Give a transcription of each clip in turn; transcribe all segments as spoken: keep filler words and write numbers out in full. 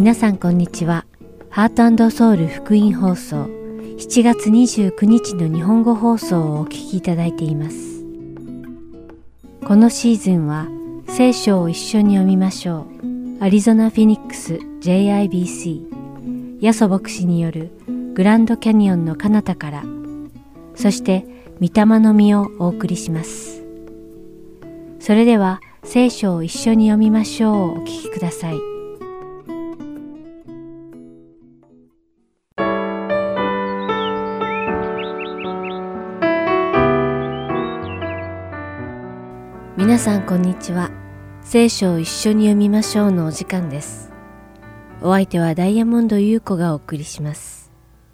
皆さんこんにちは。ハート&ソウル福音放送しちがつにじゅうくにちの日本語放送をお聞きいただいています。このシーズンは聖書を一緒に読みましょう。アリゾナ・フィニックス ジェイアイビーシー ヤソ牧師によるグランドキャニオンの彼方から、そして御霊の実をお送りします。それでは聖書を一緒に読みましょうをお聞きください。皆さんこんにちは。聖書を一緒に読みましょうのお時間です。お相手はダイヤモンド優子がお送りします。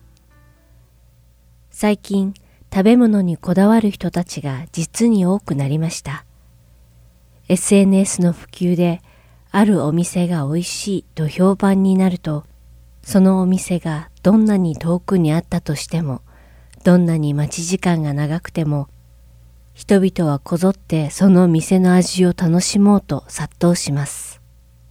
最近、食べ物にこだわる人たちが実に多くなりました。エスエヌエス の普及で、あるお店が美味しいと評判になると、そのお店がどんなに遠くにあったとしても、どんなに待ち時間が長くても、人々はこぞってその店の味を楽しもうと殺到します。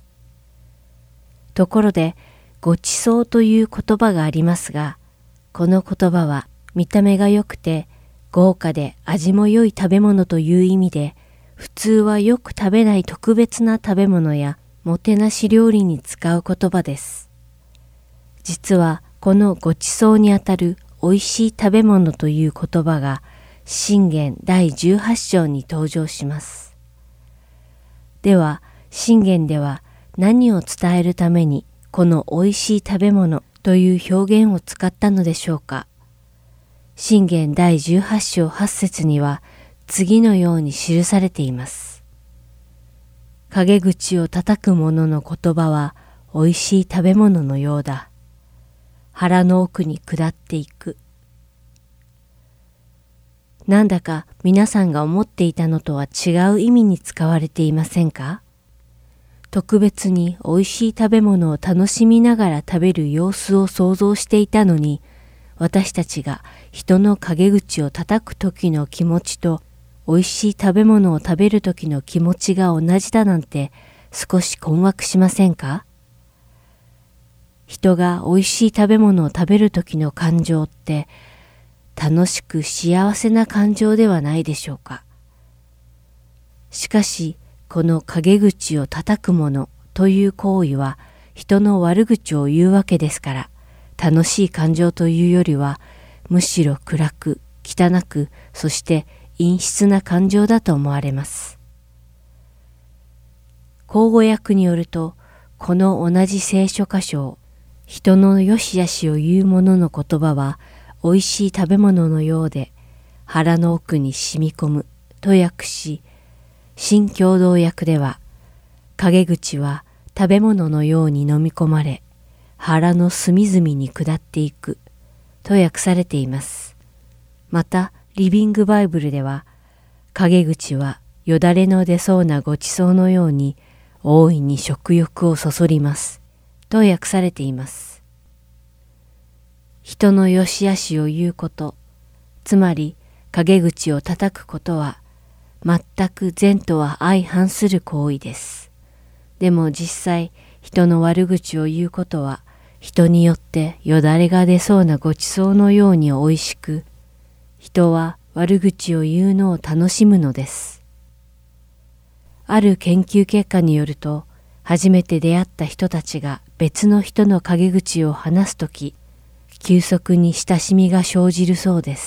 ところで、ごちそうという言葉がありますが、この言葉は見た目が良くて豪華で味も良い食べ物という意味で、普通はよく食べない特別な食べ物やもてなし料理に使う言葉です。実はこのごちそうにあたる美味しい食べ物という言葉が箴言だいじゅうはちしょうに登場します。では、箴言では何を伝えるためにこの美味しい食べ物という表現を使ったのでしょうか。箴言だいじゅうはちしょうはちせつには次のように記されています。陰口を叩く者の言葉は美味しい食べ物のようだ。腹の奥に下っていく。なんだか皆さんが思っていたのとは違う意味に使われていませんか？特別に美味しい食べ物を楽しみながら食べる様子を想像していたのに、私たちが人の陰口を叩く時の気持ちと美味しい食べ物を食べる時の気持ちが同じだなんて少し困惑しませんか？人が美味しい食べ物を食べる時の感情って楽しく幸せな感情ではないでしょうか。しかし、この陰口を叩く者という行為は人の悪口を言うわけですから、楽しい感情というよりは、むしろ暗く、汚く、そして陰湿な感情だと思われます。口語訳によると、この同じ聖書箇所を、人の良し悪しを言う者の言葉は、美味しい食べ物のようで腹の奥に染み込むと訳し、新共同訳では陰口は食べ物のように飲み込まれ腹の隅々に下っていくと訳されています。またリビングバイブルでは陰口はよだれの出そうなごちそうのように大いに食欲をそそりますと訳されています。人の良し悪しを言うこと、つまり陰口を叩くことは、全く善とは相反する行為です。でも実際、人の悪口を言うことは、人によってよだれが出そうなごちそうのように美味しく、人は悪口を言うのを楽しむのです。ある研究結果によると、初めて出会った人たちが別の人の陰口を話すとき、急速に親しみが生じるそうです。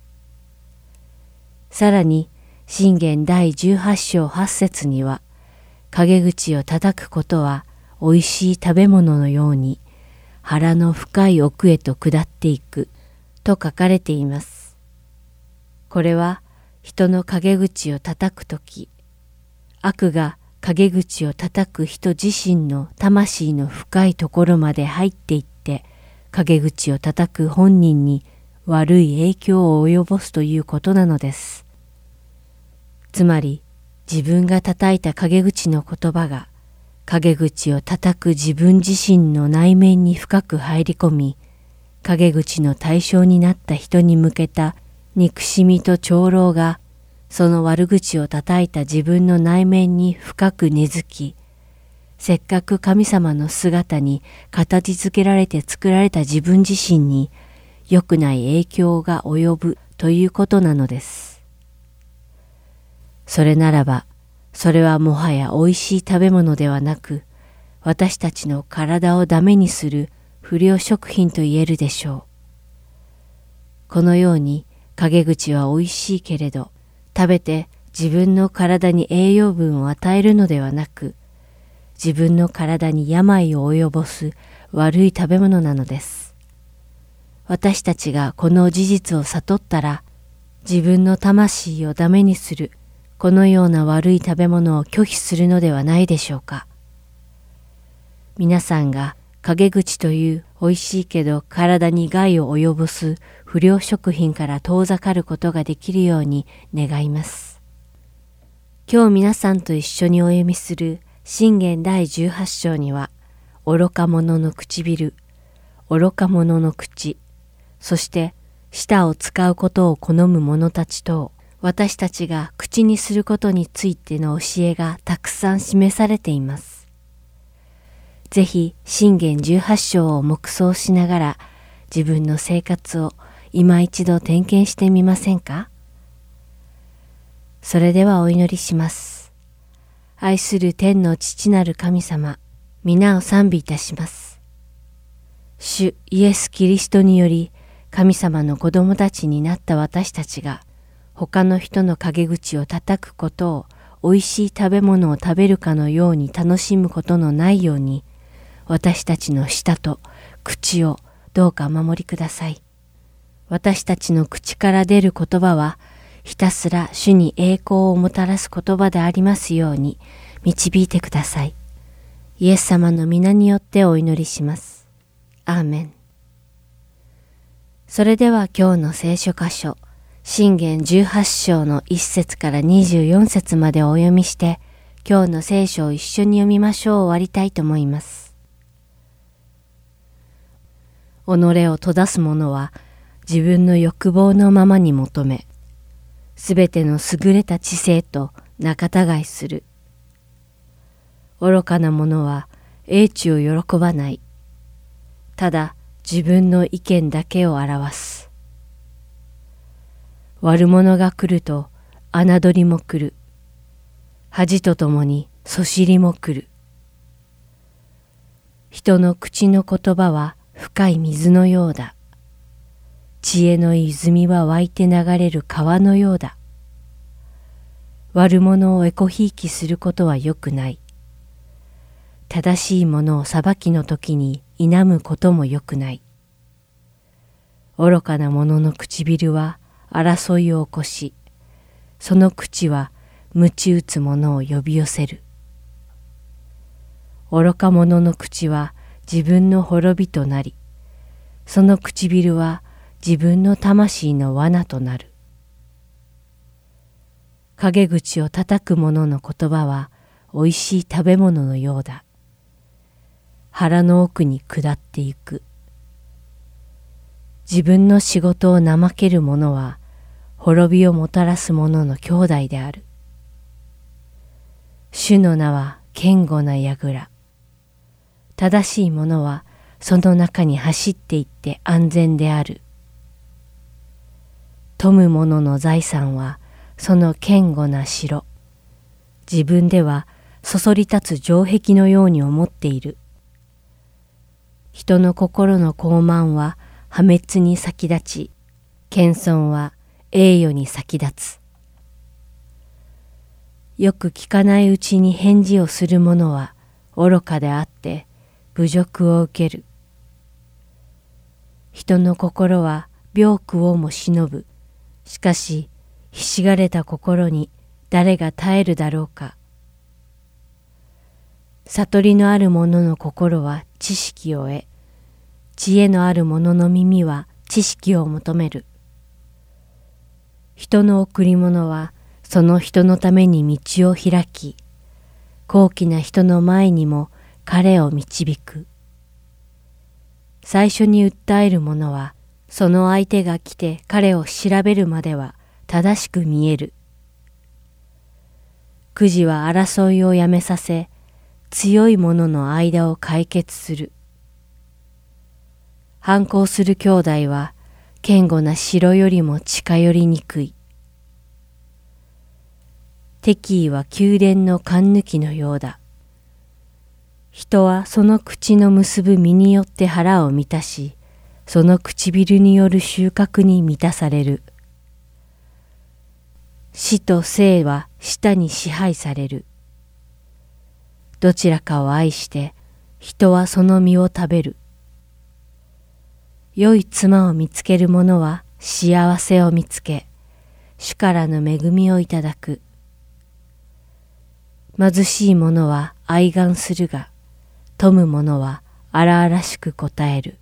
さらに、箴言だいじゅうはちしょうはちせつには、陰口を叩くことは美味しい食べ物のように腹の深い奥へと下っていくと書かれています。これは人の陰口を叩くとき、悪が陰口を叩く人自身の魂の深いところまで入っていって、陰口を叩く本人に悪い影響を及ぼすということなのです。つまり自分が叩いた陰口の言葉が陰口を叩く自分自身の内面に深く入り込み、陰口の対象になった人に向けた憎しみと長老がその悪口を叩いた自分の内面に深く根付き、 せっかく神様の姿に形付けられて作られた自分自身に良くない影響が及ぶということなのです。それならば、それはもはや美味しい食べ物ではなく、私たちの体をダメにする不良食品と言えるでしょう。このように陰口は美味しいけれど、食べて自分の体に栄養分を与えるのではなく、自分の体に病を及ぼす悪い食べ物なのです。私たちがこの事実を悟ったら、自分の魂をダメにするこのような悪い食べ物を拒否するのではないでしょうか。皆さんが陰口という美味しいけど体に害を及ぼす不良食品から遠ざかることができるように願います。今日皆さんと一緒にお読みする箴言だいじゅうはち章には、愚か者の唇、愚か者の口、そして舌を使うことを好む者たちと、私たちが口にすることについての教えがたくさん示されています。ぜひ箴言じゅうはち章を黙想しながら自分の生活を今一度点検してみませんか？それではお祈りします。愛する天の父なる神様、皆を賛美いたします。主イエス・キリストにより神様の子供たちになった私たちが、他の人の陰口を叩くことを美味しい食べ物を食べるかのように楽しむことのないように、私たちの舌と口をどうかお守りください。私たちの口から出る言葉は、ひたすら主に栄光をもたらす言葉でありますように導いてください。イエス様の皆によってお祈りします。アーメン。それでは今日の聖書箇所、箴言じゅうはち章のいち節からにじゅうよん節までお読みして、今日の聖書を一緒に読みましょう。終わりたいと思います。己を閉ざす者は自分の欲望のままに求め、すべての優れた知性と仲違いする。愚かな者は英知を喜ばない。ただ自分の意見だけを表す。悪者が来ると侮りも来る。恥とともにそしりも来る。人の口の言葉は深い水のようだ。知恵の泉は湧いて流れる川のようだ。悪者をえこひいきすることはよくない。正しいものを裁きの時に否むこともよくない。愚かな者の唇は争いを起こし、その口は鞭打つ者を呼び寄せる。愚か者の口は自分の滅びとなり、その唇は自分の魂の罠となる。陰口を叩く者の言葉はおいしい食べ物のようだ。腹の奥に下ってゆく。自分の仕事を怠ける者は滅びをもたらす者の兄弟である。主の名は堅固な櫓。正しい者はその中に走っていって安全である。富む者の財産はその堅固な城。自分ではそそり立つ城壁のように思っている。人の心の傲慢は破滅に先立ち、謙遜は栄誉に先立つ。よく聞かないうちに返事をする者は愚かであって侮辱を受ける。人の心は病苦をも忍ぶ。しかし、ひしがれた心に誰が耐えるだろうか。悟りのある者の心は知識を得、知恵のある者の耳は知識を求める。人の贈り物はその人のために道を開き、高貴な人の前にも彼を導く。最初に訴える者は、その相手が来て彼を調べるまでは正しく見える。くじは争いをやめさせ、 強い者の間を解決する。反抗する兄弟は堅固な城よりも近寄りにくい。敵意は宮殿の勘抜きのようだ。人はその口の結ぶ実によって腹を満たし、その唇による収穫に満たされる。死と生は舌に支配される。どちらかを愛して人はその実を食べる。良い妻を見つける者は幸せを見つけ、主からの恵みをいただく。貧しい者は哀願するが、富む者は荒々しく答える。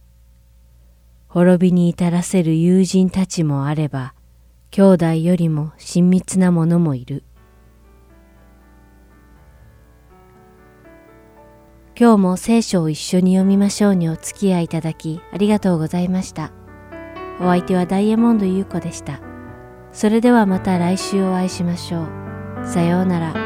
滅びに至らせる友人たちもあれば、兄弟よりも親密な者もいる。今日も聖書を一緒に読みましょうにお付き合いいただきありがとうございました。お相手はダイヤモンド優子でした。それではまた来週お会いしましょう。さようなら。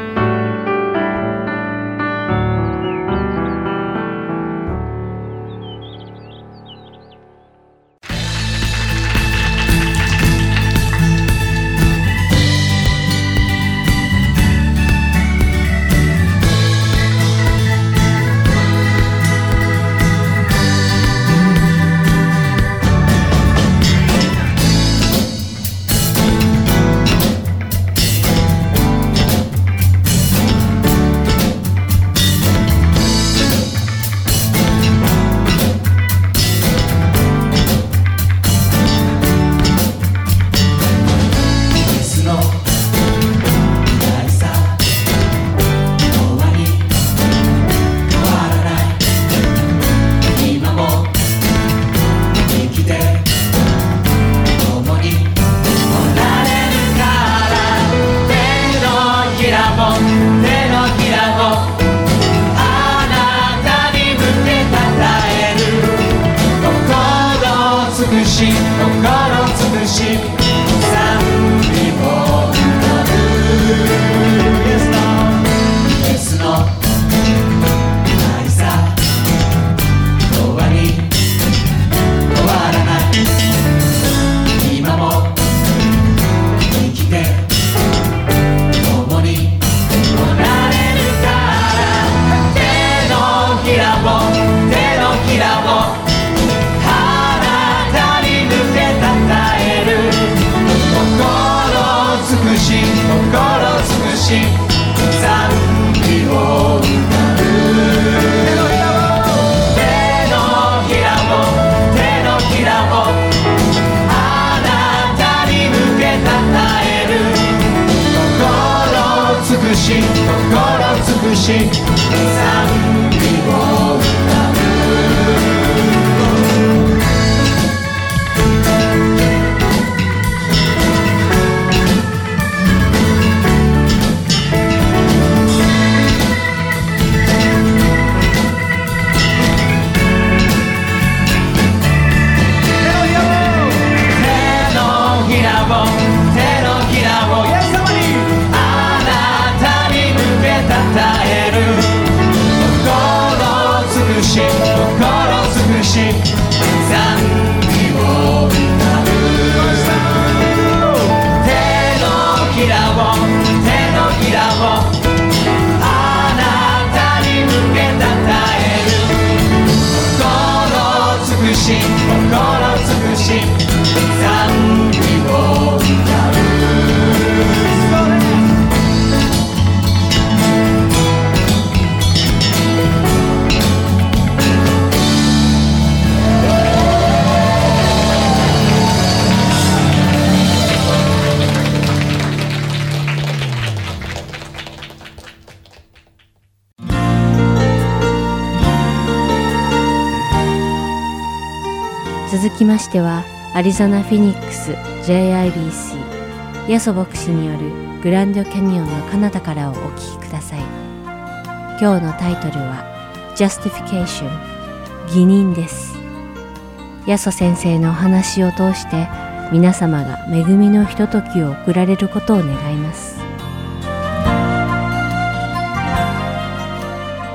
続きましてはアリゾナ・フィニックス ジェイアイビーシー ヤソ牧師によるグランドキャニオンの彼方からをお聞きください。今日のタイトルは Justification 義人です。ヤソ先生のお話を通して皆様が恵みのひとときを送られることを願います。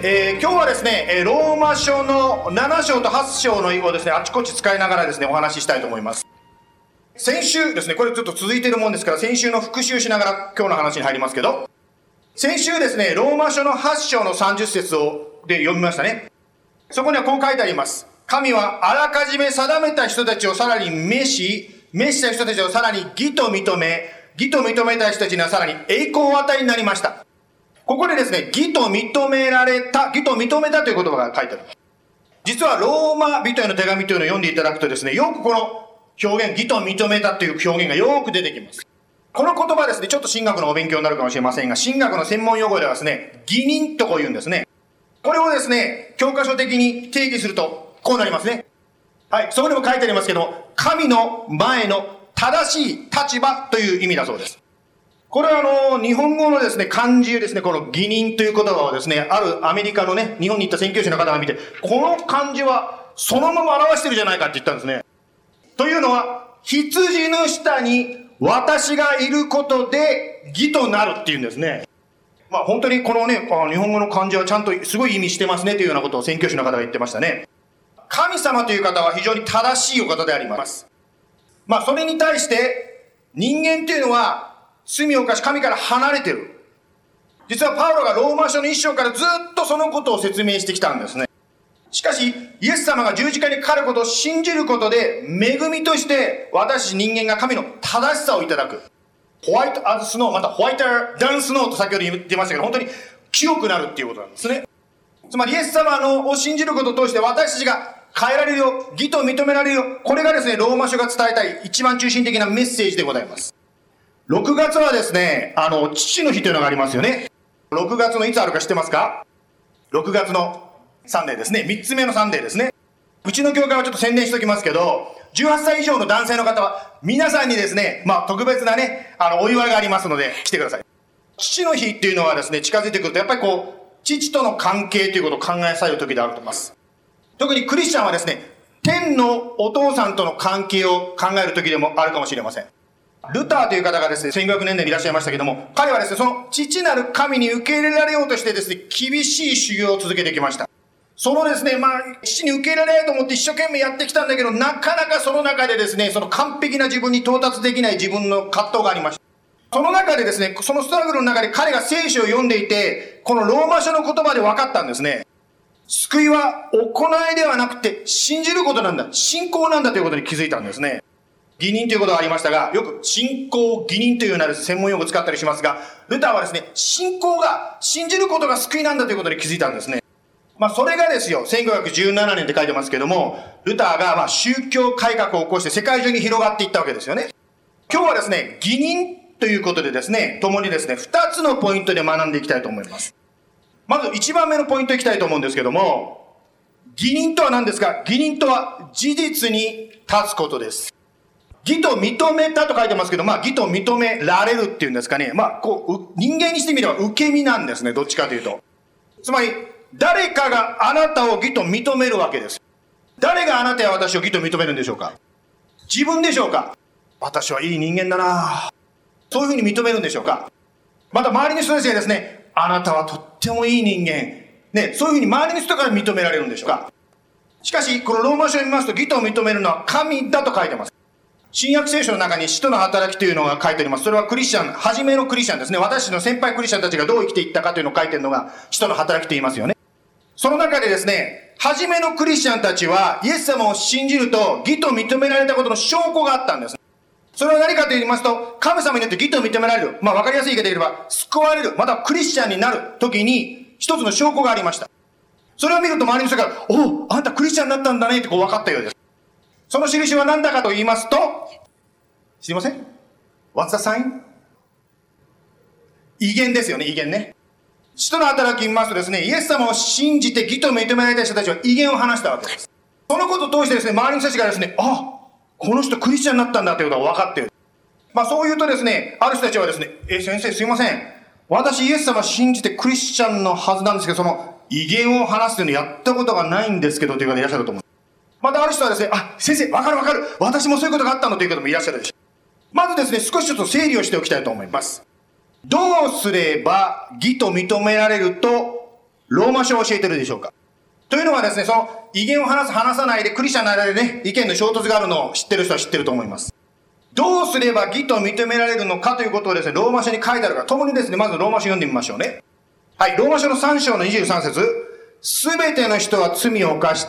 えー、今日はですね、えー、ローマ書のなな章とはち章のをですね、あちこち使いながらですね、お話ししたいと思います。先週ですね、これちょっと続いているもんですから、先週の復習しながら今日の話に入りますけど、先週ですね、ローマ書のはち章のさんじゅっ節をで読みましたね。そこにはこう書いてあります。神はあらかじめ定めた人たちをさらに召し、召した人たちをさらに義と認め、義と認めた人たちにはさらに栄光を与えになりました。ここでですね、義と認められた、義と認めたという言葉が書いてある。実はローマ人への手紙というのを読んでいただくとですね、よくこの表現、義と認めたという表現がよく出てきます。この言葉ですね、ちょっと神学のお勉強になるかもしれませんが、神学の専門用語ではですね、義人とこう言うんですね。これをですね、教科書的に定義すると、こうなりますね。はい、そこにも書いてありますけど、神の前の正しい立場という意味だそうです。これはあの、日本語のですね、漢字ですね、この義人という言葉をですね、あるアメリカのね、日本に行った宣教師の方が見て、この漢字はそのまま表してるじゃないかって言ったんですね。というのは、羊の下に私がいることで義となるっていうんですね。まあ本当にこのね、日本語の漢字はちゃんとすごい意味してますねというようなことを宣教師の方が言ってましたね。神様という方は非常に正しいお方であります。まあそれに対して人間というのは罪を犯し神から離れてる。実はパウロがローマ書の一章からずっとそのことを説明してきたんですね。しかし、イエス様が十字架にかかることを信じることで、恵みとして私人間が神の正しさをいただく。ホワイトアズスノー、またホワイターダンスノーと先ほど言ってましたけど、本当に清くなるっていうことなんですね。つまりイエス様のを信じることを通して私たちが変えられるよ、義と認められるよ。これがですね、ローマ書が伝えたい一番中心的なメッセージでございます。ろくがつはですね、あの、父の日というのがありますよね。ろくがつのいつあるか知ってますか？ ろく 月のサンデーですね。みっつめのサンデーですね。うちの教会はちょっと宣伝しておきますけど、じゅうはっさい以上の男性の方は、皆さんにですね、まあ特別なね、あの、お祝いがありますので、来てください。父の日っていうのはですね、近づいてくると、やっぱりこう、父との関係ということを考えさせる時であると思います。特にクリスチャンはですね、天のお父さんとの関係を考える時でもあるかもしれません。ルターという方がですね、せんごひゃくねんだいにいらっしゃいましたけども、彼はですね、その父なる神に受け入れられようとしてですね、厳しい修行を続けてきました。そのですね、まあ、父に受け入れられないと思って一生懸命やってきたんだけど、なかなかその中でですね、その完璧な自分に到達できない自分の葛藤がありました。その中でですね、そのストラグルの中で彼が聖書を読んでいて、このローマ書の言葉で分かったんですね。救いは行いではなくて、信じることなんだ。信仰なんだということに気づいたんですね。義人ということがありましたが、よく信仰義人というような専門用語を使ったりしますが、ルターはですね、信仰が、信じることが救いなんだということに気づいたんですね。まあそれがですよ、せんごひゃくじゅうななねんって書いてますけども、ルターがまあ宗教改革を起こして世界中に広がっていったわけですよね。今日はですね、義人ということでですね、共にですね、二つのポイントで学んでいきたいと思います。まず一番目のポイントいきたいと思うんですけども、義人とは何ですか？義人とは事実に立つことです。義と認めたと書いてますけど、まあ義と認められるっていうんですかね。まあこう、人間にしてみれば受け身なんですね、どっちかというと。つまり、誰かがあなたを義と認めるわけです。誰があなたや私を義と認めるんでしょうか？自分でしょうか？私はいい人間だなぁ。そういうふうに認めるんでしょうか？また周りの人たちがですね、あなたはとってもいい人間。ね、そういうふうに周りの人から認められるんでしょうか？しかし、このローマ書を見ますと義と認めるのは神だと書いてます。新約聖書の中に使徒の働きというのが書いてあります。それはクリスチャン、初めのクリスチャンですね。私の先輩クリスチャンたちがどう生きていったかというのを書いてあるのが使徒の働きと言いますよね。その中でですね、初めのクリスチャンたちはイエス様を信じると義と認められたことの証拠があったんです。それは何かと言いますと、神様によって義と認められる。まあ分かりやすい言い方で言えば、救われる。またクリスチャンになる時に一つの証拠がありました。それを見ると周りの人が、おお、あんたクリスチャンになったんだねってこう分かったようです。その印は何だかと言いますと、知りません？ What's the sign? 異言ですよね、異言ね。使徒の働きを見ますとですね、イエス様を信じて義と認められた人たちは異言を話したわけです。そのことを通してですね、周りの人たちがですね、あ、この人クリスチャンになったんだということが分かっている。まあそう言うとですね、ある人たちはですね、え、先生すいません。私イエス様を信じてクリスチャンのはずなんですけど、その異言を話すというのをやったことがないんですけどという方いらっしゃると思う。またある人はですね、あ、先生、わかるわかる。私もそういうことがあったのという方もいらっしゃるでしょう。まずですね、少しちょっと整理をしておきたいと思います。どうすれば義と認められるとローマ書を教えてるでしょうか。というのはですね、その威厳を話す話さないでクリスチャンの間でね、意見の衝突があるのを知ってる人は知ってると思います。どうすれば義と認められるのかということをですね、ローマ書に書いてあるから、共にですね、まずローマ書読んでみましょうね。はい、ローマ書のさん章のにじゅうさん節。すべての人は罪を犯して、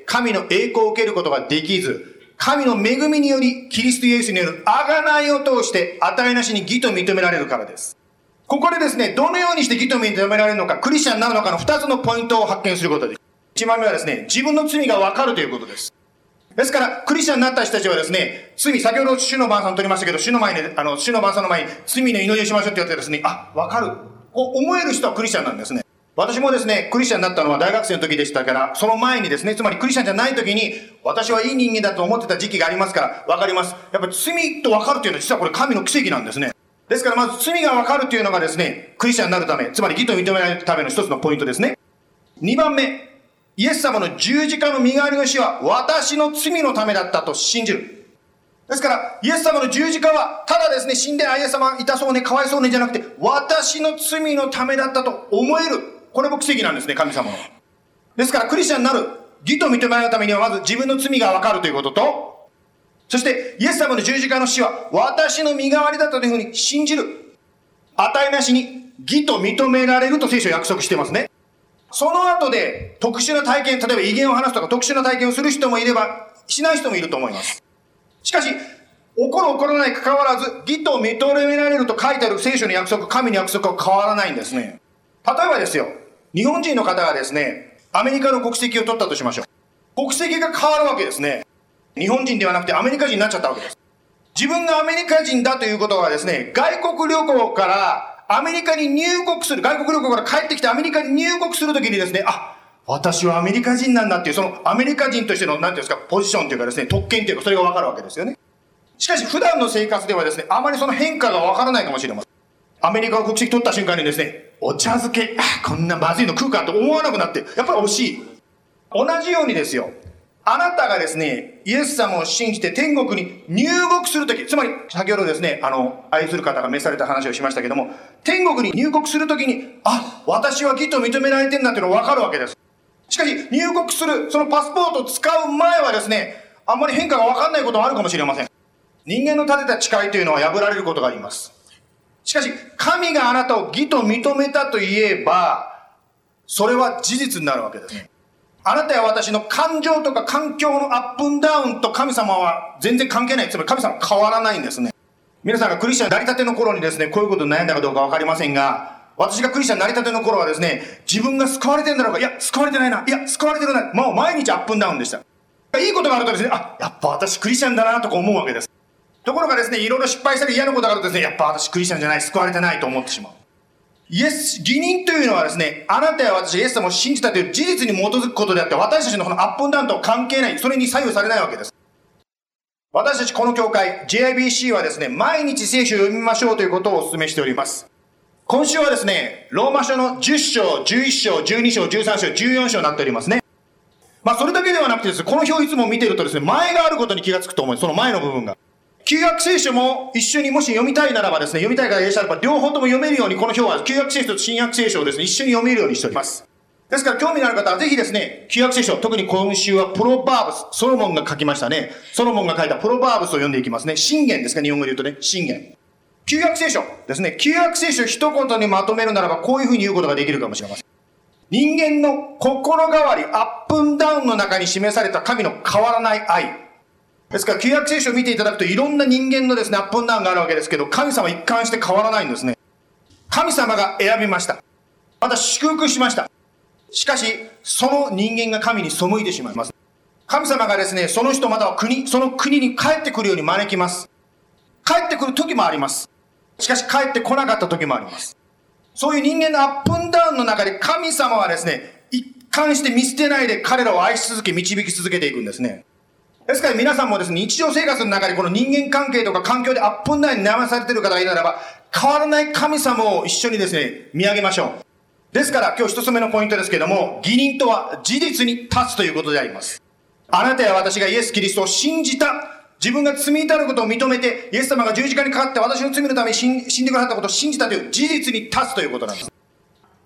神の栄光を受けることができず、神の恵みにより、キリストイエスによる贖いを通して、値なしに義と認められるからです。ここでですね、どのようにして義と認められるのか、クリスチャンになるのかのふたつのポイントを発見することです。いちばんめはですね、自分の罪がわかるということです。ですから、クリスチャンになった人たちはですね、罪、先ほど主の晩餐取りましたけど、主の前に、あの、主の晩餐の前に罪の祈りをしましょうって言ってですね、あ、わかる。こう思える人はクリスチャンなんですね。私もですね、クリスチャンになったのは大学生の時でしたから、その前にですね、つまりクリスチャンじゃない時に、私はいい人間だと思ってた時期がありますから、わかります。やっぱり罪とわかるというのは実はこれ神の奇跡なんですね。ですからまず罪がわかるというのがですね、クリスチャンになるため、つまり義と認められるための一つのポイントですね。にばんめ、イエス様の十字架の身代わりの死は私の罪のためだったと信じる。ですから、イエス様の十字架は、ただですね、死んで、あ、イエス様痛そうね、かわいそうね、じゃなくて、私の罪のためだったと思える。これも奇跡なんですね、神様の。ですから、クリスチャンになる、義と認められるためには、まず自分の罪がわかるということと、そして、イエス様の十字架の死は、私の身代わりだったというふうに信じる。値なしに、義と認められると聖書は約束してますね。その後で、特殊な体験、例えば威厳を話すとか、特殊な体験をする人もいれば、しない人もいると思います。しかし、起こる起こらない関わらず、義と認められると書いてある聖書の約束、神の約束は変わらないんですね。例えばですよ、日本人の方がですね、アメリカの国籍を取ったとしましょう。国籍が変わるわけですね。日本人ではなくてアメリカ人になっちゃったわけです。自分がアメリカ人だということはですね、外国旅行からアメリカに入国する、外国旅行から帰ってきてアメリカに入国するときにですね、あ、私はアメリカ人なんだっていう、そのアメリカ人としての、なんていうんですか、ポジションというかですね、特権というか、それがわかるわけですよね。しかし、普段の生活ではですね、あまりその変化がわからないかもしれません。アメリカの国籍取った瞬間にですね、お茶漬け、あ、こんなまずいの食うかと思わなくなって、やっぱり惜しい。同じようにですよ、あなたがですね、イエス様を信じて天国に入国するとき、つまり、先ほどですね、あの、愛する方が召された話をしましたけども、天国に入国するときに、あ、私は義と認められてんだっていうのがわかるわけです。しかし、入国する、そのパスポートを使う前はですね、あんまり変化がわかんないこともあるかもしれません。人間の立てた誓いというのは破られることがあります。しかし、神があなたを義と認めたと言えば、それは事実になるわけですね。あなたや私の感情とか環境のアップンダウンと神様は全然関係ない。つまり神様は変わらないんですね。皆さんがクリスチャンになりたての頃にですね、こういうことに悩んだかどうかわかりませんが、私がクリスチャンになりたての頃はですね、自分が救われてんだろうか、いや、救われてないな、いや、救われてるな、もう毎日アップンダウンでした。いいことがあるとですね、あ、やっぱ私クリスチャンだなとか思うわけです。ところがですね、いろいろ失敗したり嫌なことがあるとですね、やっぱ私クリスチャンじゃない、救われてないと思ってしまう。イエス、義人というのはですね、あなたや私がイエス様を信じたという事実に基づくことであって、私たちのこのアップンダウンと関係ない、それに左右されないわけです。私たちこの教会、ジェーアイビーシー はですね、毎日聖書を読みましょうということをお勧めしております。今週はですね、ローマ書のじゅっ章、じゅういち章、じゅうに章、じゅうさん章、じゅうよん章になっておりますね。まあそれだけではなくてですね、この表をいつも見てるとですね、前があることに気がつくと思います。その前の部分が。旧約聖書も一緒にもし読みたいならばですね、読みたいからいらっしゃれば両方とも読めるように、この表は旧約聖書と新約聖書をですね、一緒に読めるようにしております。ですから興味のある方はぜひですね、旧約聖書、特に今週はプロバーブス、ソロモンが書きましたね。ソロモンが書いたプロバーブスを読んでいきますね。箴言ですか、日本語で言うとね、箴言。旧約聖書ですね。旧約聖書を一言にまとめるならばこういうふうに言うことができるかもしれません。人間の心変わり、アップンダウンの中に示された神の変わらない愛。ですから、旧約聖書を見ていただくといろんな人間のですね、アップンダウンがあるわけですけど、神様一貫して変わらないんですね。神様が選びました。また祝福しました。しかし、その人間が神に背いてしまいます。神様がですね、その人または国、その国に帰ってくるように招きます。帰ってくる時もあります。しかし、帰ってこなかった時もあります。そういう人間のアップンダウンの中で神様はですね、一貫して見捨てないで彼らを愛し続け、導き続けていくんですね。ですから皆さんもですね、日常生活の中でこの人間関係とか環境でアップンダウンに悩まされている方がいるならば、変わらない神様を一緒にですね、見上げましょう。ですから今日一つ目のポイントですけども、義人とは事実に立つということであります。あなたや私がイエス・キリストを信じた、自分が罪至ることを認めて、イエス様が十字架にかかって私の罪のために死んでくださったことを信じたという事実に立つということなんです。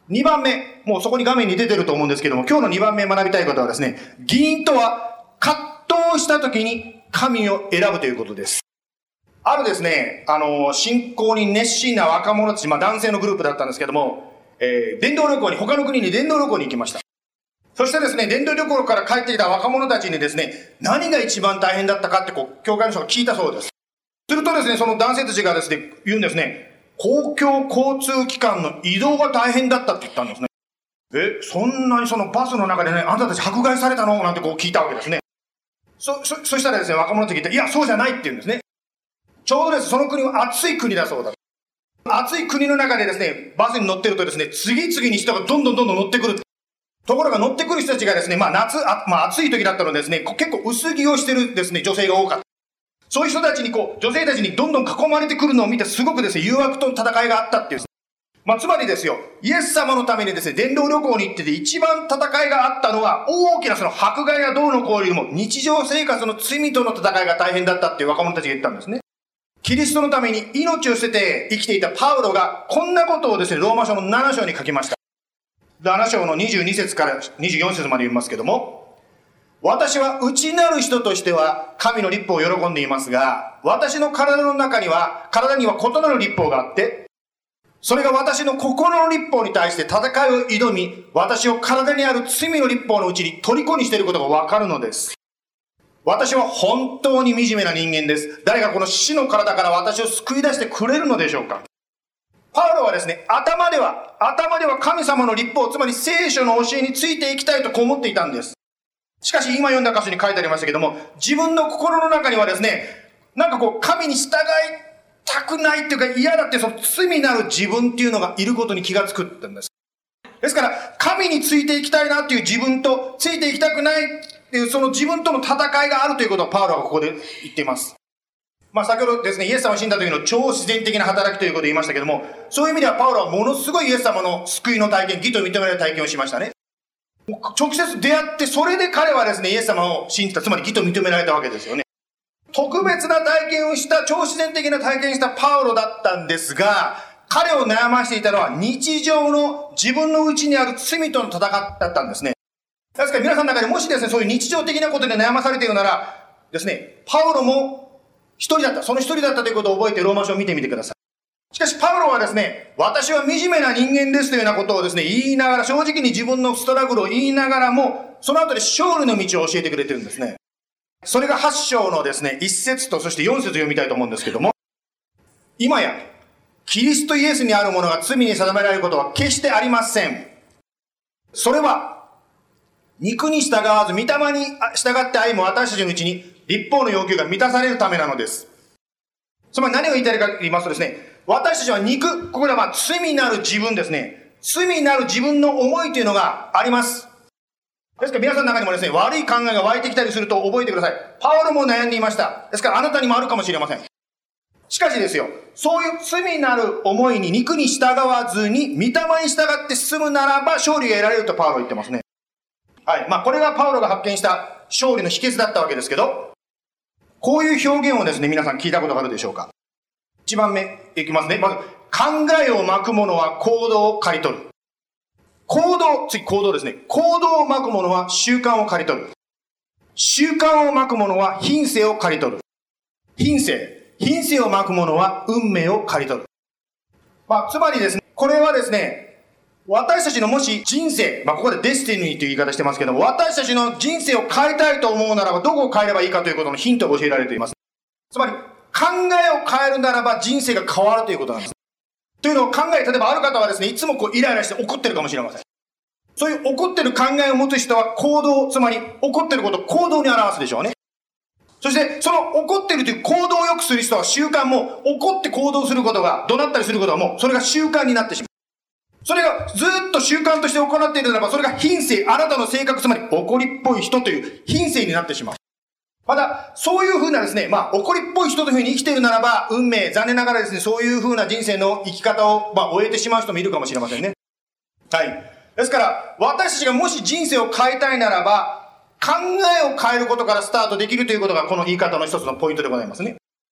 にばんめ、もうそこに画面に出てると思うんですけども、今日のにばんめ学びたいことはですね、義人とは葛藤した時に神を選ぶということです。あるですね、あの、信仰に熱心な若者たち、まあ男性のグループだったんですけども、えー、伝道旅行に、他の国に伝道旅行に行きました。そしてですね、伝道旅行から帰ってきた若者たちにですね、何が一番大変だったかってこう、教会の人が聞いたそうです。するとですね、その男性たちがですね、言うんですね、公共交通機関の移動が大変だったって言ったんですね。え、そんなにそのバスの中でね、あんたたち迫害されたのなんてこう聞いたわけですね。そ、そ、そしたらですね、若者たちが言って、いや、そうじゃないって言うんですね。ちょうどです、その国は暑い国だそうだ。暑い国の中でですね、バスに乗ってるとですね、次々に人がどんどんどんどん乗ってくる。ところが乗ってくる人たちがですね、まあ夏、あまあ暑い時だったのでですね、結構薄着をしてるですね、女性が多かった。そういう人たちにこう、女性たちにどんどん囲まれてくるのを見て、すごくですね、誘惑と戦いがあったっていう。まあつまりですよ、イエス様のためにですね、伝道旅行に行ってて一番戦いがあったのは、大きなその迫害やどうのこうよりも、日常生活の罪との戦いが大変だったっていう若者たちが言ったんですね。キリストのために命を捨てて生きていたパウロが、こんなことをですね、ローマ書のなな章に書きました。なな章のにじゅうに節からにじゅうよん節まで読みますけども、私は内なる人としては神の律法を喜んでいますが、私の体の中には、体には異なる律法があって、それが私の心の律法に対して戦いを挑み、私を体にある罪の律法のうちに虜にしていることがわかるのです。私は本当に惨めな人間です。誰がこの死の体から私を救い出してくれるのでしょうか。パウロはですね、頭では、頭では神様の律法、つまり聖書の教えについていきたいとこう思っていたんです。しかし今読んだ箇所に書いてありましたけども、自分の心の中にはですね、なんかこう神に従いたくないっていうか嫌だってその罪なる自分っていうのがいることに気がつくってんです。ですから神についていきたいなっていう自分とついていきたくないっていうその自分との戦いがあるということをパウロはここで言っています。まあ先ほどですね、イエス様が死んだ時の超自然的な働きということを言いましたけども、そういう意味ではパウロはものすごいイエス様の救いの体験、義と認められる体験をしましたね。直接出会って、それで彼はですね、イエス様を信じた、つまり義と認められたわけですよね。特別な体験をした、超自然的な体験をしたパウロだったんですが、彼を悩ましていたのは日常の自分の内にある罪との戦いだったんですね。ですから皆さんの中でもしですね、そういう日常的なことで悩まされているならですね、パウロも一人だった、その一人だったということを覚えてローマ書を見てみてください。しかしパウロはですね、私は惨めな人間ですというようなことをですね、言いながら、正直に自分のストラグルを言いながらも、その後で勝利の道を教えてくれてるんですね。それがはち章のですね、いち節とそしてよん節を読みたいと思うんですけども、今や、キリストイエスにあるものが罪に定められることは決してありません。それは、肉に従わず、御霊に従って歩む私たちのうちに、律法の要求が満たされるためなのです。つまり何を言いたいかと言いますとですね、私たちは肉、ここではまあ罪なる自分ですね。罪なる自分の思いというのがあります。ですから皆さんの中にもですね、悪い考えが湧いてきたりすると覚えてください。パウロも悩んでいました。ですからあなたにもあるかもしれません。しかしですよ、そういう罪なる思いに肉に従わずに、御霊に従って進むならば勝利が得られるとパウロは言ってますね。はい。まあこれがパウロが発見した勝利の秘訣だったわけですけど、こういう表現をですね、皆さん聞いたことがあるでしょうか。一番目いきますね。まず、考えをまく者は行動を刈り取る。行動、次行動ですね。行動をまく者は習慣を刈り取る。習慣をまく者は品性を刈り取る。品性。品性をまく者は運命を刈り取る。まあ、つまりですね、これはですね、私たちのもし人生、まあ、ここでデスティニーという言い方してますけども、私たちの人生を変えたいと思うならば、どこを変えればいいかということのヒントが教えられています。つまり、考えを変えるならば人生が変わるということなんです。というのを考え、例えばある方はですね、いつもこうイライラして怒ってるかもしれません。そういう怒ってる考えを持つ人は行動、つまり怒ってることを行動に表すでしょうね。そして、その怒ってるという行動を良くする人は習慣も、怒って行動することが、怒鳴ったりすることはもう、それが習慣になってしまう。それがずっと習慣として行っているならば、それが品性、あなたの性格、つまり怒りっぽい人という品性になってしまう。また、そういうふうなですね、まあ、怒りっぽい人というふうに生きているならば、運命、残念ながらですね、そういうふうな人生の生き方を、まあ、終えてしまう人もいるかもしれませんね。はい。ですから、私たちがもし人生を変えたいならば、考えを変えることからスタートできるということが、この言い方の一つのポイントでございますね。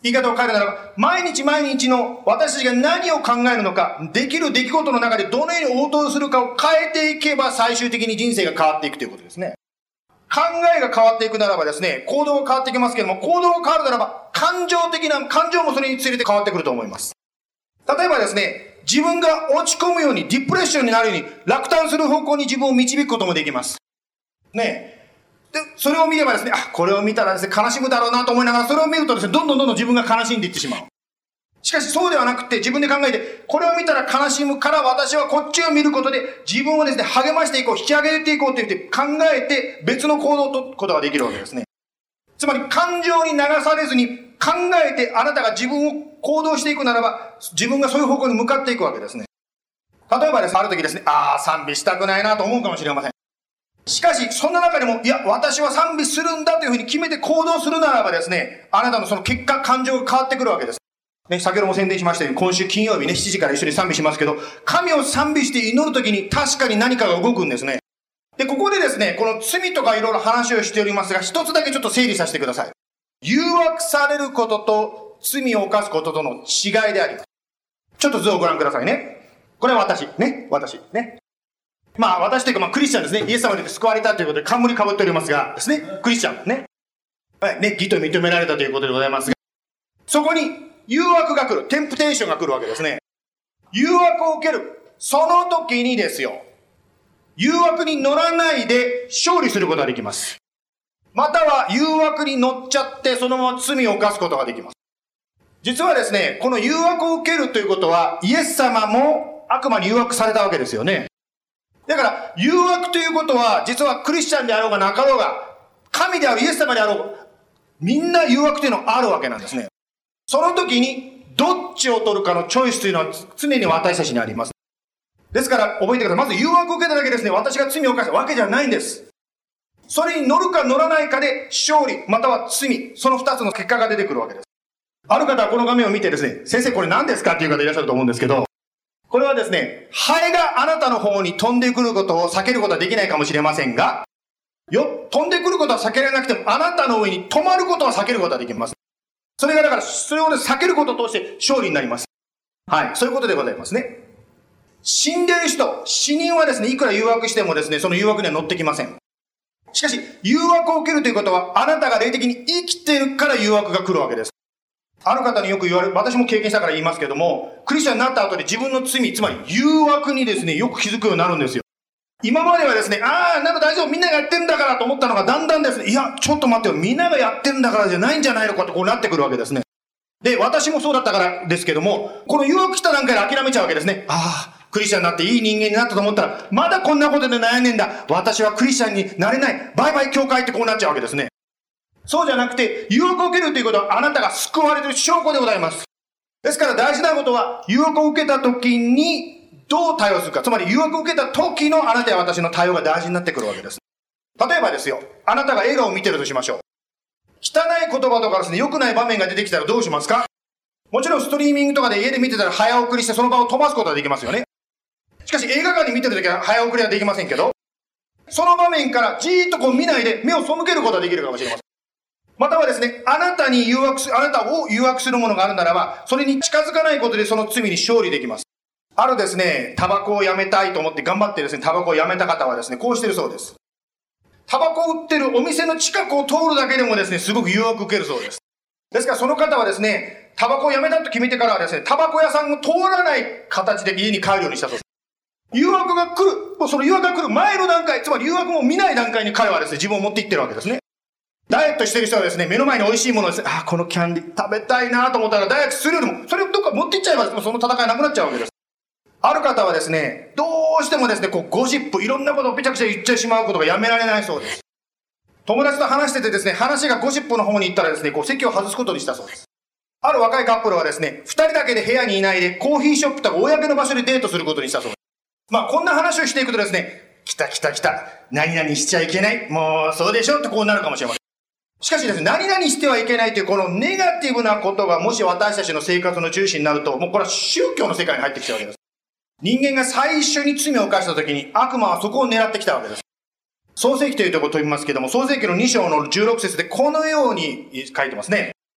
言い方を変えるならば、毎日毎日の私たちが何を考えるのか、できる出来事の中でどのように応答するかを変えていけば最終的に人生が変わっていくということですね。考えが変わっていくならばですね、行動が変わっていきますけれども、行動が変わるならば、感情的な、感情もそれにつれて変わってくると思います。例えばですね、自分が落ち込むように、ディプレッションになるように、落胆する方向に自分を導くこともできます。ね。で、それを見ればですね、あ、これを見たらですね、悲しむだろうなと思いながら、それを見るとですね、どんどんどんどん自分が悲しんでいってしまう。しかしそうではなくて、自分で考えて、これを見たら悲しむから私はこっちを見ることで、自分をですね、励ましていこう、引き上げていこうと言って考えて、別の行動を取ることができるわけですね。つまり、感情に流されずに、考えてあなたが自分を行動していくならば、自分がそういう方向に向かっていくわけですね。例えばですね、ある時ですね、ああ、賛美したくないなと思うかもしれません。しかし、そんな中でも、いや、私は賛美するんだというふうに決めて行動するならばですね、あなたのその結果、感情が変わってくるわけです。ね、先ほども宣伝しましたように、今週金曜日ね、しちじから一緒に賛美しますけど、神を賛美して祈るときに確かに何かが動くんですね。で、ここでですね、この罪とかいろいろ話をしておりますが、一つだけちょっと整理させてください。誘惑されることと罪を犯すこととの違いであります。ちょっと図をご覧くださいね。これは私、ね、私、ね。まあ、私というか、まあ、クリスチャンですね。イエス様に救われたということで、冠被っておりますが、ですね。クリスチャン、ね。はい、ね、義と認められたということでございますが、そこに誘惑が来る。テンプテーションが来るわけですね。誘惑を受ける。その時にですよ。誘惑に乗らないで勝利することができます。または誘惑に乗っちゃって、そのまま罪を犯すことができます。実はですね、この誘惑を受けるということは、イエス様も悪魔に誘惑されたわけですよね。だから、誘惑ということは、実はクリスチャンであろうがなかろうが、神であるイエス様であろうが、みんな誘惑というのはあるわけなんですね。その時に、どっちを取るかのチョイスというのは常に私たちにあります。ですから、覚えてください。まず誘惑を受けただけですね、私が罪を犯したわけじゃないんです。それに乗るか乗らないかで、勝利、または罪、その二つの結果が出てくるわけです。ある方はこの画面を見てですね、先生これ何ですかっていう方いらっしゃると思うんですけど、これはですね、ハエがあなたの方に飛んでくることを避けることはできないかもしれませんが、よ、飛んでくることは避けられなくても、あなたの上に止まることは避けることはできます。それがだから、それを、ね、避けることを通して勝利になります。はい、そういうことでございますね。死んでる人、死人はですね、いくら誘惑してもですね、その誘惑には乗ってきません。しかし、誘惑を受けるということは、あなたが霊的に生きているから誘惑が来るわけです。ある方によく言われる、私も経験したから言いますけども、クリスチャンになった後で自分の罪、つまり誘惑にですね、よく気づくようになるんですよ。今まではですね、ああ、なんか大丈夫、みんながやってるんだからと思ったのが、だんだんですね、いや、ちょっと待ってよ、みんながやってるんだからじゃないんじゃないのかとこうなってくるわけですね。で、私もそうだったからですけども、この誘惑来た段階で諦めちゃうわけですね。ああ、クリスチャンになっていい人間になったと思ったら、まだこんなことで悩んでんだ。私はクリスチャンになれない。バイバイ教会ってこうなっちゃうわけですね。そうじゃなくて、誘惑を受けるということはあなたが救われている証拠でございます。ですから大事なことは、誘惑を受けた時にどう対応するか。つまり誘惑を受けた時のあなたや私の対応が大事になってくるわけです。例えばですよ、あなたが映画を見てるとしましょう。汚い言葉とかですね、良くない場面が出てきたらどうしますか？もちろんストリーミングとかで家で見てたら早送りしてその場を飛ばすことはできますよね。しかし映画館で見てるときは早送りはできませんけど、その場面からじーっとこう見ないで目を背けることはできるかもしれません。またはですね、あなたに誘惑する、あなたを誘惑するものがあるならば、それに近づかないことでその罪に勝利できます。あるですね、タバコをやめたいと思って頑張ってですね、タバコをやめた方はですね、こうしてるそうです。タバコを売ってるお店の近くを通るだけでもですね、すごく誘惑を受けるそうです。ですからその方はですね、タバコをやめたと決めてからはですね、タバコ屋さんを通らない形で家に帰るようにしたそうです。誘惑が来る、もうその誘惑が来る前の段階、つまり誘惑も見ない段階に彼はですね、自分を持っていってるわけですね。ダイエットしてる人はですね、目の前に美味しいものをですね、あ、このキャンディー食べたいなと思ったらダイエットするよりも、それをどっか持っていっちゃえば、その戦いなくなっちゃうわけです。ある方はですね、どうしてもですね、こうゴシップ、いろんなことをぺちゃくちゃ言ってしまうことがやめられないそうです。友達と話しててですね、話がゴシップの方に行ったらですね、こう席を外すことにしたそうです。ある若いカップルはですね、二人だけで部屋にいないで、コーヒーショップとか公の場所でデートすることにしたそうです。まあ、こんな話をしていくとですね、来た来た来た、何々しちゃいけない、もうそうでしょってこうなるかもしれません。しかしですね、何々してはいけないというこのネガティブなことがもし私たちの生活の中心になると、もうこれは宗教の世界に入ってきちゃうわけです。人間が最初に罪を犯した時に悪魔はそこを狙ってきたわけです。創世記というところを飛びますけども、創世記のに章のじゅうろく節でこのように書いてますね。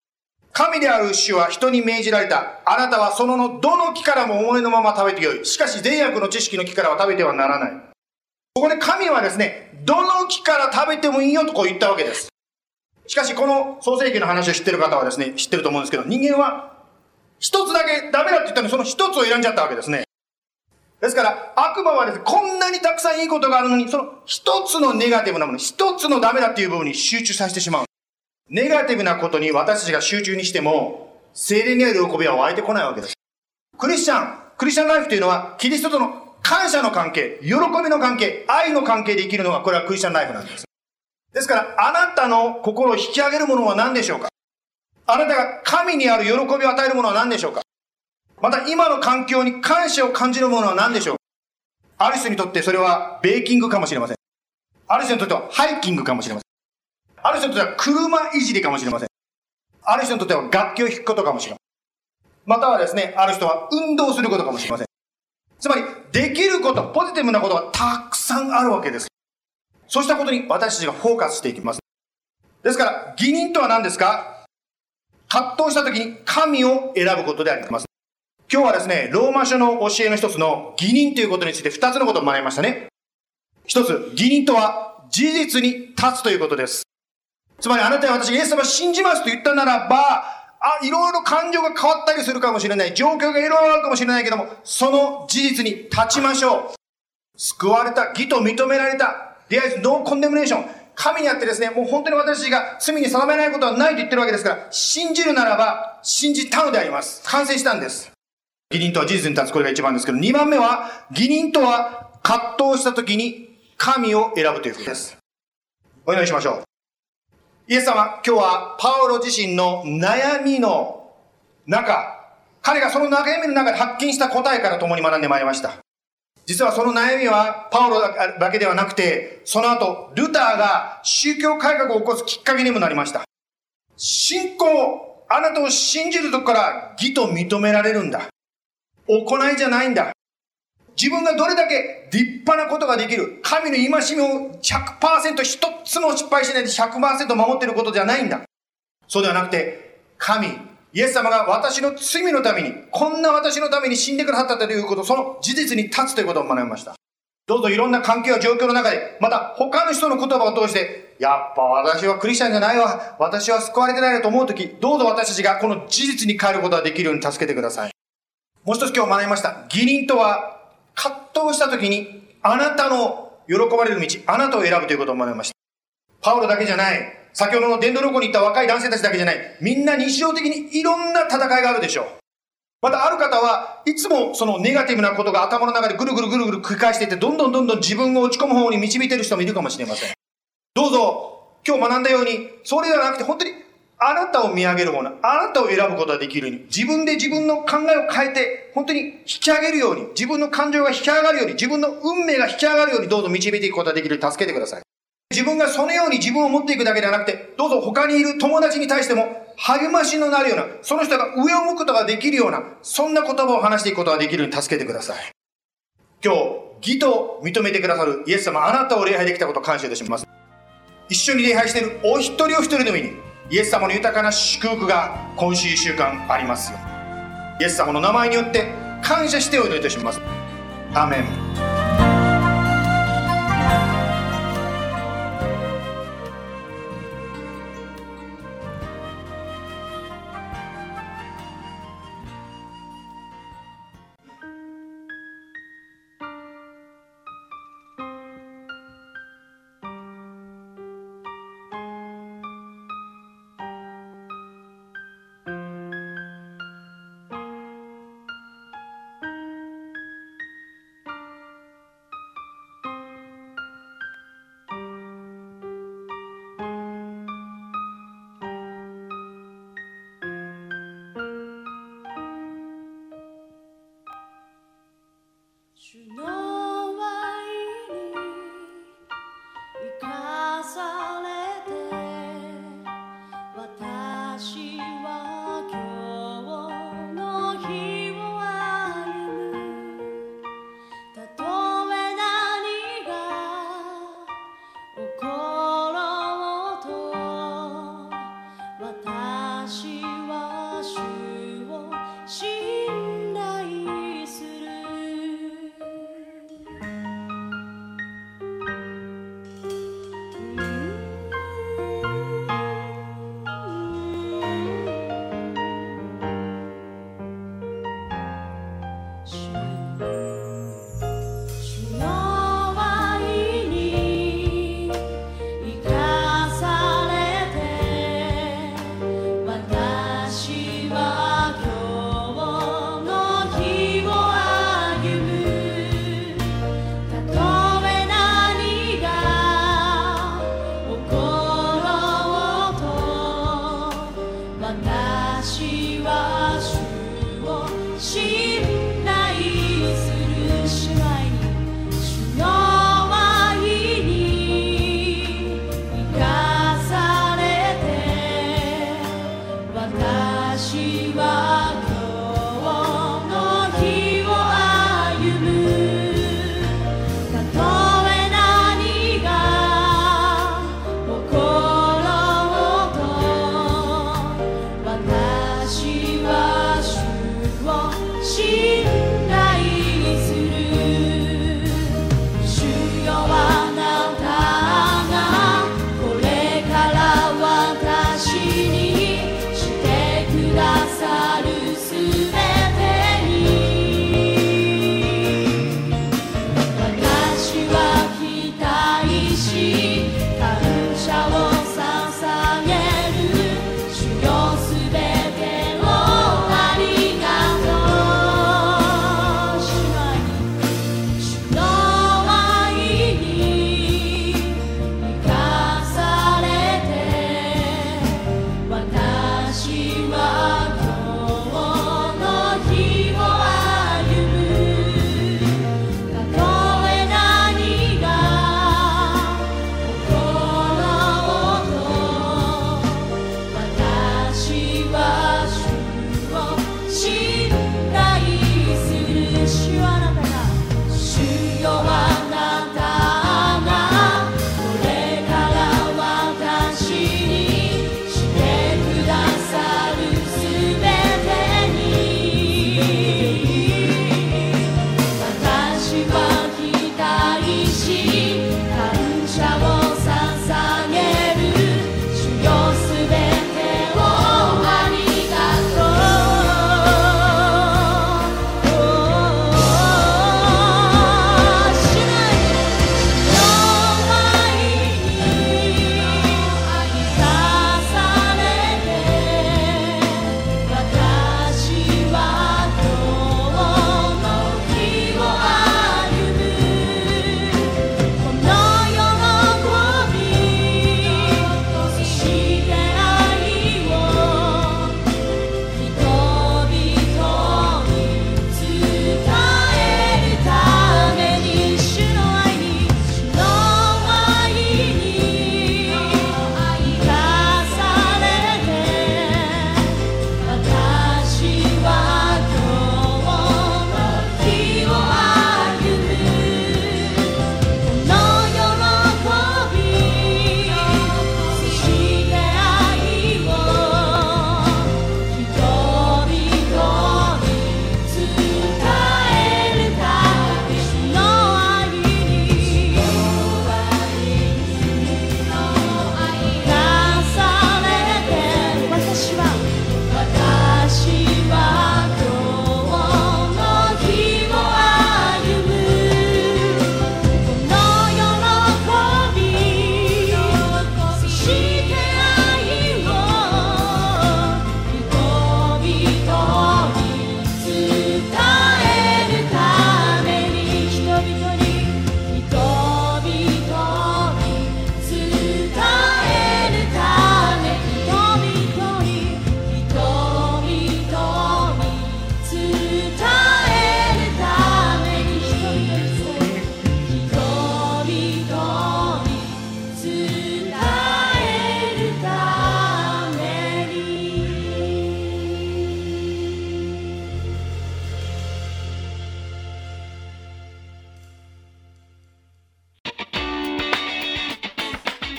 神である主は人に命じられた。あなたはそののどの木からも思いのまま食べてよい。しかし善悪の知識の木からは食べてはならない。ここで神はですね、どの木から食べてもいいよとこう言ったわけです。しかしこの創世記の話を知ってる方はですね、知ってると思うんですけど、人間は一つだけダメだって言ったのにその一つを選んじゃったわけですね。ですから悪魔はですね、こんなにたくさんいいことがあるのに、その一つのネガティブなもの、一つのダメだっていう部分に集中させてしまう。ネガティブなことに私たちが集中にしても、聖霊にある喜びは湧いてこないわけです。クリスチャン、クリスチャンライフというのは、キリストとの感謝の関係、喜びの関係、愛の関係で生きるのが、これはクリスチャンライフなんです。ですから、あなたの心を引き上げるものは何でしょうか？あなたが神にある喜びを与えるものは何でしょうか？また、今の環境に感謝を感じるものは何でしょうか？ある人にとってそれはベーキングかもしれません。ある人にとってはハイキングかもしれません。ある人にとっては車いじりかもしれません。ある人にとっては楽器を弾くことかもしれません。またはですね、ある人は運動することかもしれません。つまり、できること、ポジティブなことがたくさんあるわけです。そうしたことに私たちがフォーカスしていきます。ですから、義人とは何ですか？葛藤したときに神を選ぶことであります。今日はですね、ローマ書の教えの一つの義人ということについて二つのことを学びましたね。一つ、義人とは事実に立つということです。つまりあなたや私がイエス様を信じますと言ったならば、あ、いろいろ感情が変わったりするかもしれない。状況がいろいろあるかもしれないけども、その事実に立ちましょう。救われた、義と認められた。There is no condemnation。神にあってですね、もう本当に私たちが罪に定めないことはないと言ってるわけですから、信じるならば、信じたのであります。完成したんです。義人とは事実に立つ。これが一番ですけど、二番目は、義人とは葛藤したときに神を選ぶということです。お祈りしましょう。イエス様、今日はパウロ自身の悩みの中、彼がその悩みの中で発見した答えから共に学んでまいりました。実はその悩みはパウロだけではなくて、その後、ルターが宗教改革を起こすきっかけにもなりました。信仰、あなたを信じるとこから義と認められるんだ。行いじゃないんだ。自分がどれだけ立派なことができる。神の戒めを ひゃくパーセント 一つも失敗しないで ひゃくパーセント 守っていることじゃないんだ。そうではなくて、神、イエス様が私の罪のために、こんな私のために死んでくださったということ、その事実に立つということを学びました。どうぞいろんな環境や状況の中で、また他の人の言葉を通して、やっぱ私はクリスチャンじゃないわ。私は救われてないなと思うとき、どうぞ私たちがこの事実に変えることができるように助けてください。もう一つ今日学びました。義人とは、葛藤したときに、あなたの喜ばれる道、あなたを選ぶということを学びました。パウロだけじゃない。先ほどの伝道旅行に行った若い男性たちだけじゃない。みんな日常的にいろんな戦いがあるでしょう。またある方はいつもそのネガティブなことが頭の中でぐるぐるぐるぐる繰り返していって、どんどんどんどん自分を落ち込む方に導いている人もいるかもしれません。どうぞ、今日学んだように、それではなくて本当にあなたを見上げるもの、あなたを選ぶことができるように、自分で自分の考えを変えて、本当に引き上げるように、自分の感情が引き上がるように、自分の運命が引き上がるように、どうぞ導いていくことができるように助けてください。自分がそのように自分を持っていくだけではなくて、どうぞ他にいる友達に対しても励ましのなるような、その人が上を向くことができるような、そんな言葉を話していくことができるように助けてください。今日、義と認めてくださるイエス様、あなたを礼拝できたことを感謝いたします。一緒に礼拝しているお一人お一人の上に、イエス様の豊かな祝福が今週一週間ありますよ。イエス様の名前によって感謝してお祈りいたします。アーメン。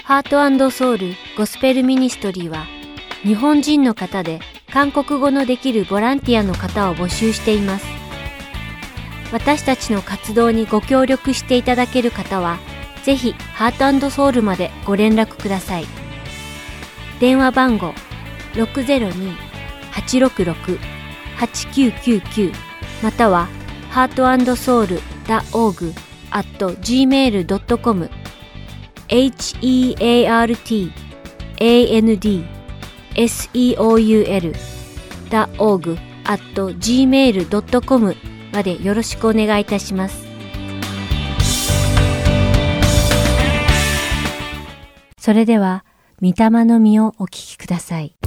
ハート&ソウルゴスペルミニストリーは、日本人の方で韓国語のできるボランティアの方を募集しています。私たちの活動にご協力していただける方は、ぜひハート&ソウルまでご連絡ください。電話番号 ろくゼロに はちろくろく はちきゅうきゅうきゅう または ハートアンドソウル ドット オールジ アット ジーメール ドット コム ヘーアールティーエーエヌディーエスイーオーユーエル ドット オールジ アット ジーメール ドット コム までよろしくお願いいたします。それでは、御霊の実をお聞きください。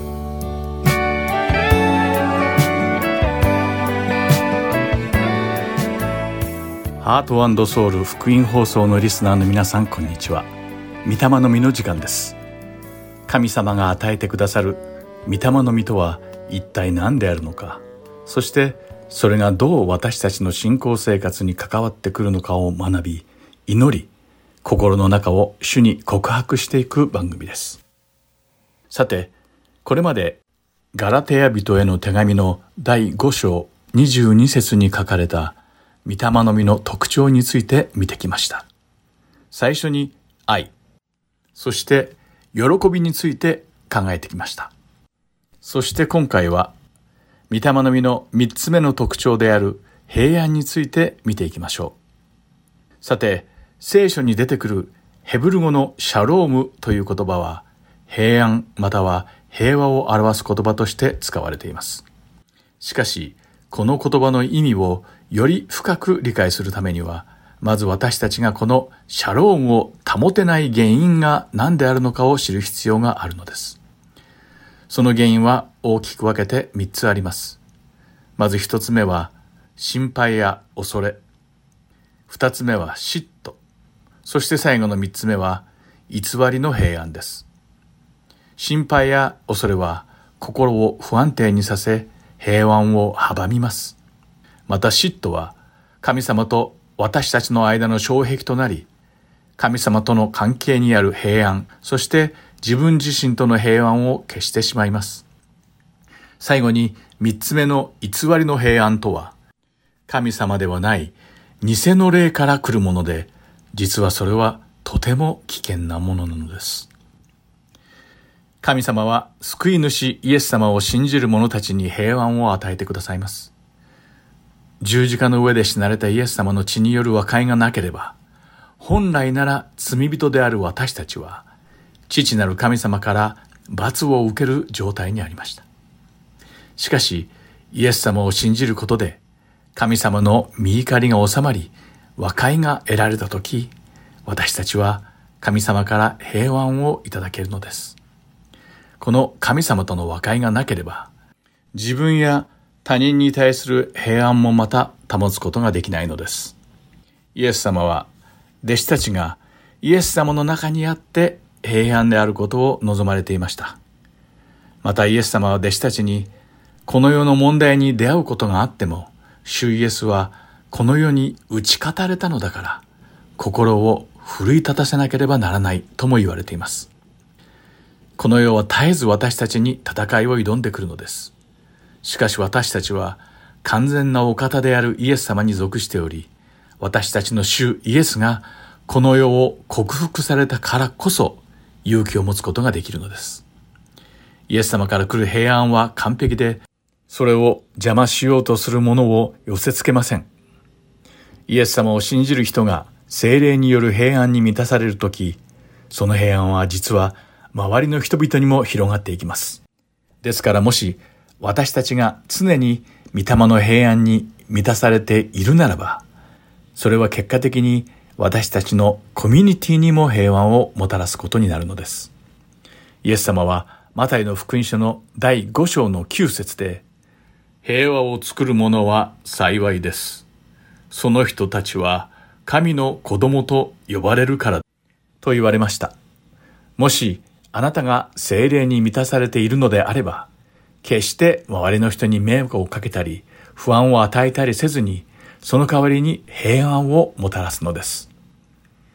ハート&ソウル福音放送のリスナーの皆さん、こんにちは。御霊の実の時間です。神様が与えてくださる御霊の実とは一体何であるのか、そしてそれがどう私たちの信仰生活に関わってくるのかを学び、祈り、心の中を主に告白していく番組です。さて、これまでガラテヤ人への手紙のだいご章にじゅうに節に書かれた御霊の実の特徴について見てきました。最初に愛、そして喜びについて考えてきました。そして今回は御霊の実の三つ目の特徴である平安について見ていきましょう。さて、聖書に出てくるヘブル語のシャロームという言葉は平安または平和を表す言葉として使われています。しかし、この言葉の意味をより深く理解するためには、まず私たちがこのシャロームを保てない原因が何であるのかを知る必要があるのです。その原因は大きく分けて三つあります。まず一つ目は心配や恐れ。二つ目は嫉妬。そして最後の三つ目は偽りの平安です。心配や恐れは心を不安定にさせ、平安を阻みます。また嫉妬は神様と私たちの間の障壁となり、神様との関係にある平安、そして自分自身との平安を消してしまいます。最後に三つ目の偽りの平安とは、神様ではない偽の霊から来るもので、実はそれはとても危険なものなのです。神様は救い主イエス様を信じる者たちに平安を与えてくださいます。十字架の上で死なれたイエス様の血による和解がなければ、本来なら罪人である私たちは、父なる神様から罰を受ける状態にありました。しかし、イエス様を信じることで、神様の御怒りが収まり、和解が得られたとき、私たちは神様から平安をいただけるのです。この神様との和解がなければ、自分や他人に対する平安もまた保つことができないのです。イエス様は、弟子たちがイエス様の中にあって平安であることを望まれていました。またイエス様は弟子たちに、この世の問題に出会うことがあっても、主イエスはこの世に打ち勝たれたのだから、心を奮い立たせなければならないとも言われています。この世は絶えず私たちに戦いを挑んでくるのです。しかし私たちは完全なお方であるイエス様に属しており、私たちの主イエスがこの世を克服されたからこそ勇気を持つことができるのです。イエス様から来る平安は完璧で、それを邪魔しようとする者を寄せつけません。イエス様を信じる人が聖霊による平安に満たされるとき、その平安は実は周りの人々にも広がっていきます。ですからもし私たちが常に御霊の平安に満たされているならば、それは結果的に私たちのコミュニティにも平安をもたらすことになるのです。イエス様はマタイの福音書のだいご章のきゅう節で、平和を作る者は幸いです。その人たちは神の子供と呼ばれるからと言われました。もしあなたが聖霊に満たされているのであれば、決して周りの人に迷惑をかけたり、不安を与えたりせずに、その代わりに平安をもたらすのです。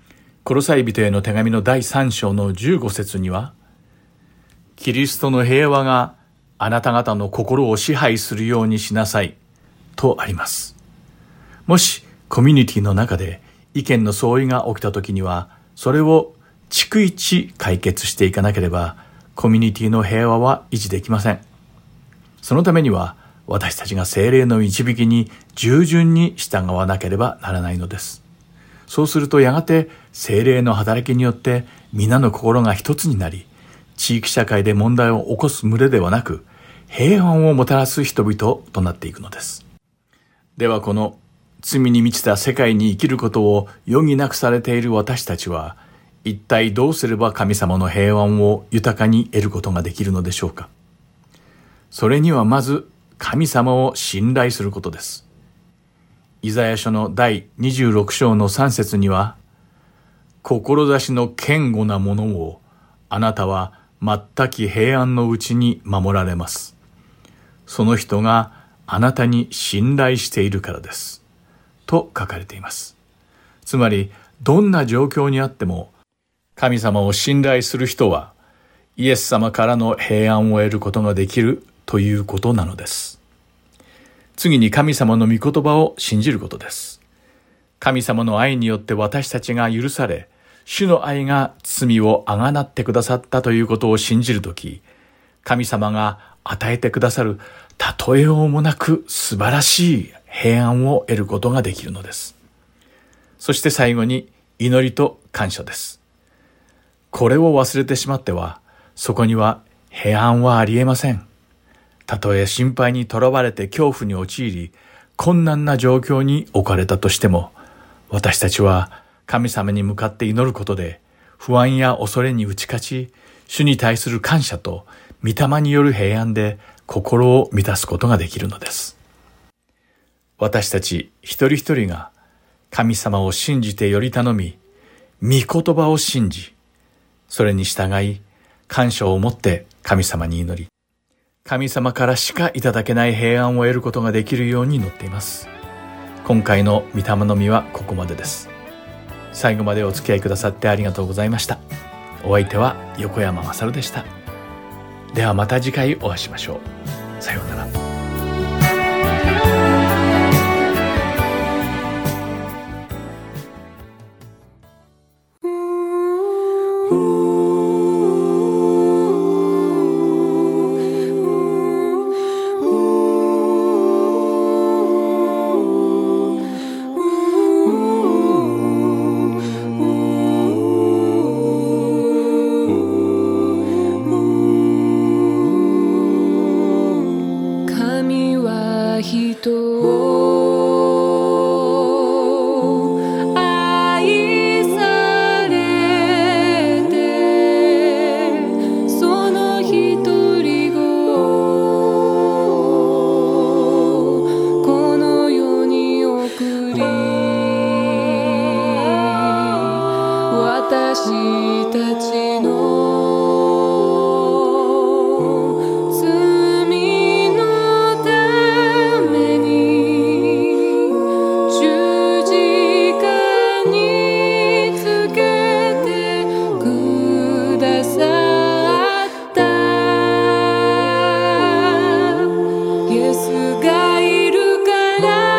コロサイ人への手紙のだいさん章のじゅうご節には、キリストの平和があなた方の心を支配するようにしなさいとあります。もしコミュニティの中で意見の相違が起きたときには、それを逐一解決していかなければ、コミュニティの平和は維持できません。そのためには、私たちが聖霊の導きに従順に従わなければならないのです。そうするとやがて聖霊の働きによって皆の心が一つになり、地域社会で問題を起こす群れではなく、平安をもたらす人々となっていくのです。ではこの罪に満ちた世界に生きることを余儀なくされている私たちは、一体どうすれば神様の平安を豊かに得ることができるのでしょうか。それにはまず神様を信頼することです。イザヤ書のだいにじゅうろく章のさん節には、志の堅固なものをあなたは全き平安のうちに守られます。その人があなたに信頼しているからです。と書かれています。つまり、どんな状況にあっても、神様を信頼する人は、イエス様からの平安を得ることができるということなのです。次に神様の御言葉を信じることです。神様の愛によって私たちが許され、主の愛が罪をあがなってくださったということを信じるとき、神様が与えてくださる例えようもなく素晴らしい平安を得ることができるのです。そして最後に祈りと感謝です。これを忘れてしまっては、そこには平安はありえません。たとえ心配にとらわれて恐怖に陥り、困難な状況に置かれたとしても、私たちは神様に向かって祈ることで、不安や恐れに打ち勝ち、主に対する感謝と御霊による平安で心を満たすことができるのです。私たち一人一人が神様を信じてより頼み、御言葉を信じ、それに従い、感謝を持って神様に祈り、神様からしかいただけない平安を得ることができるように祈っています。今回の御霊の実はここまでです。最後までお付き合いくださってありがとうございました。お相手は横山まさるでした。ではまた次回お会いしましょう。さようなら。 私たちの罪のために十字架につけてくださったイエスがいるから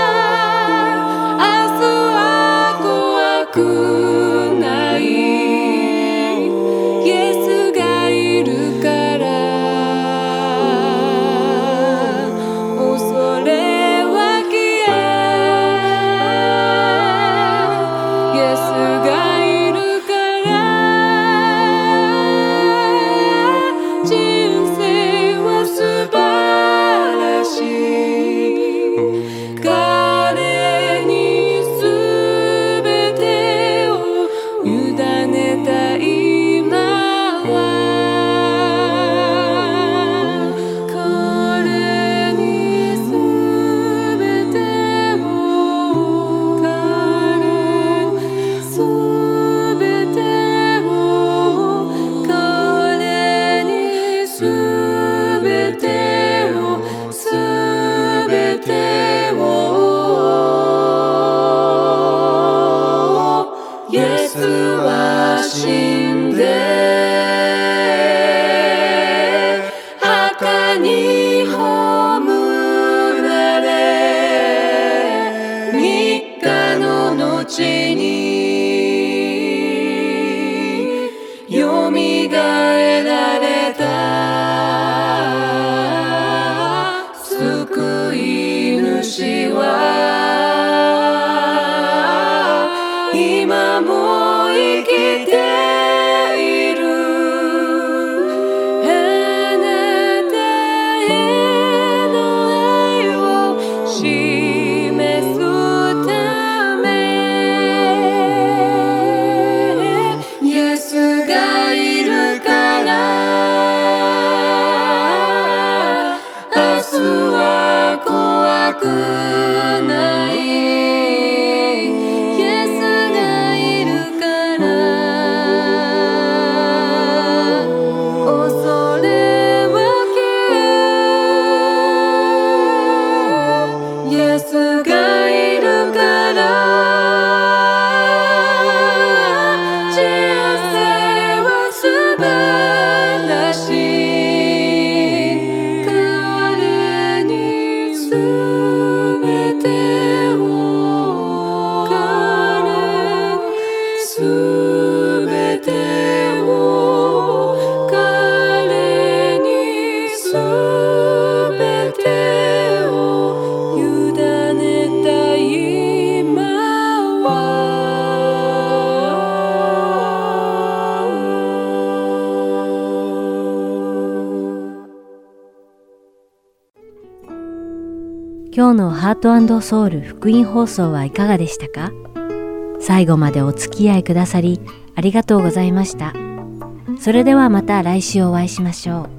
明日は怖くないしによみがえられた救い主は今も生きている。あなたへの愛を示すためイエスがいるから明日は怖くない。イエスがいるから恐れは消え。イエスがいるから人生は素晴らしい。彼にすべてを彼にすべてを彼にすべてを委ねた今は今日のハート&ソウル福音放送はいかがでしたか？最後までお付き合いくださりありがとうございました。それではまた来週お会いしましょう。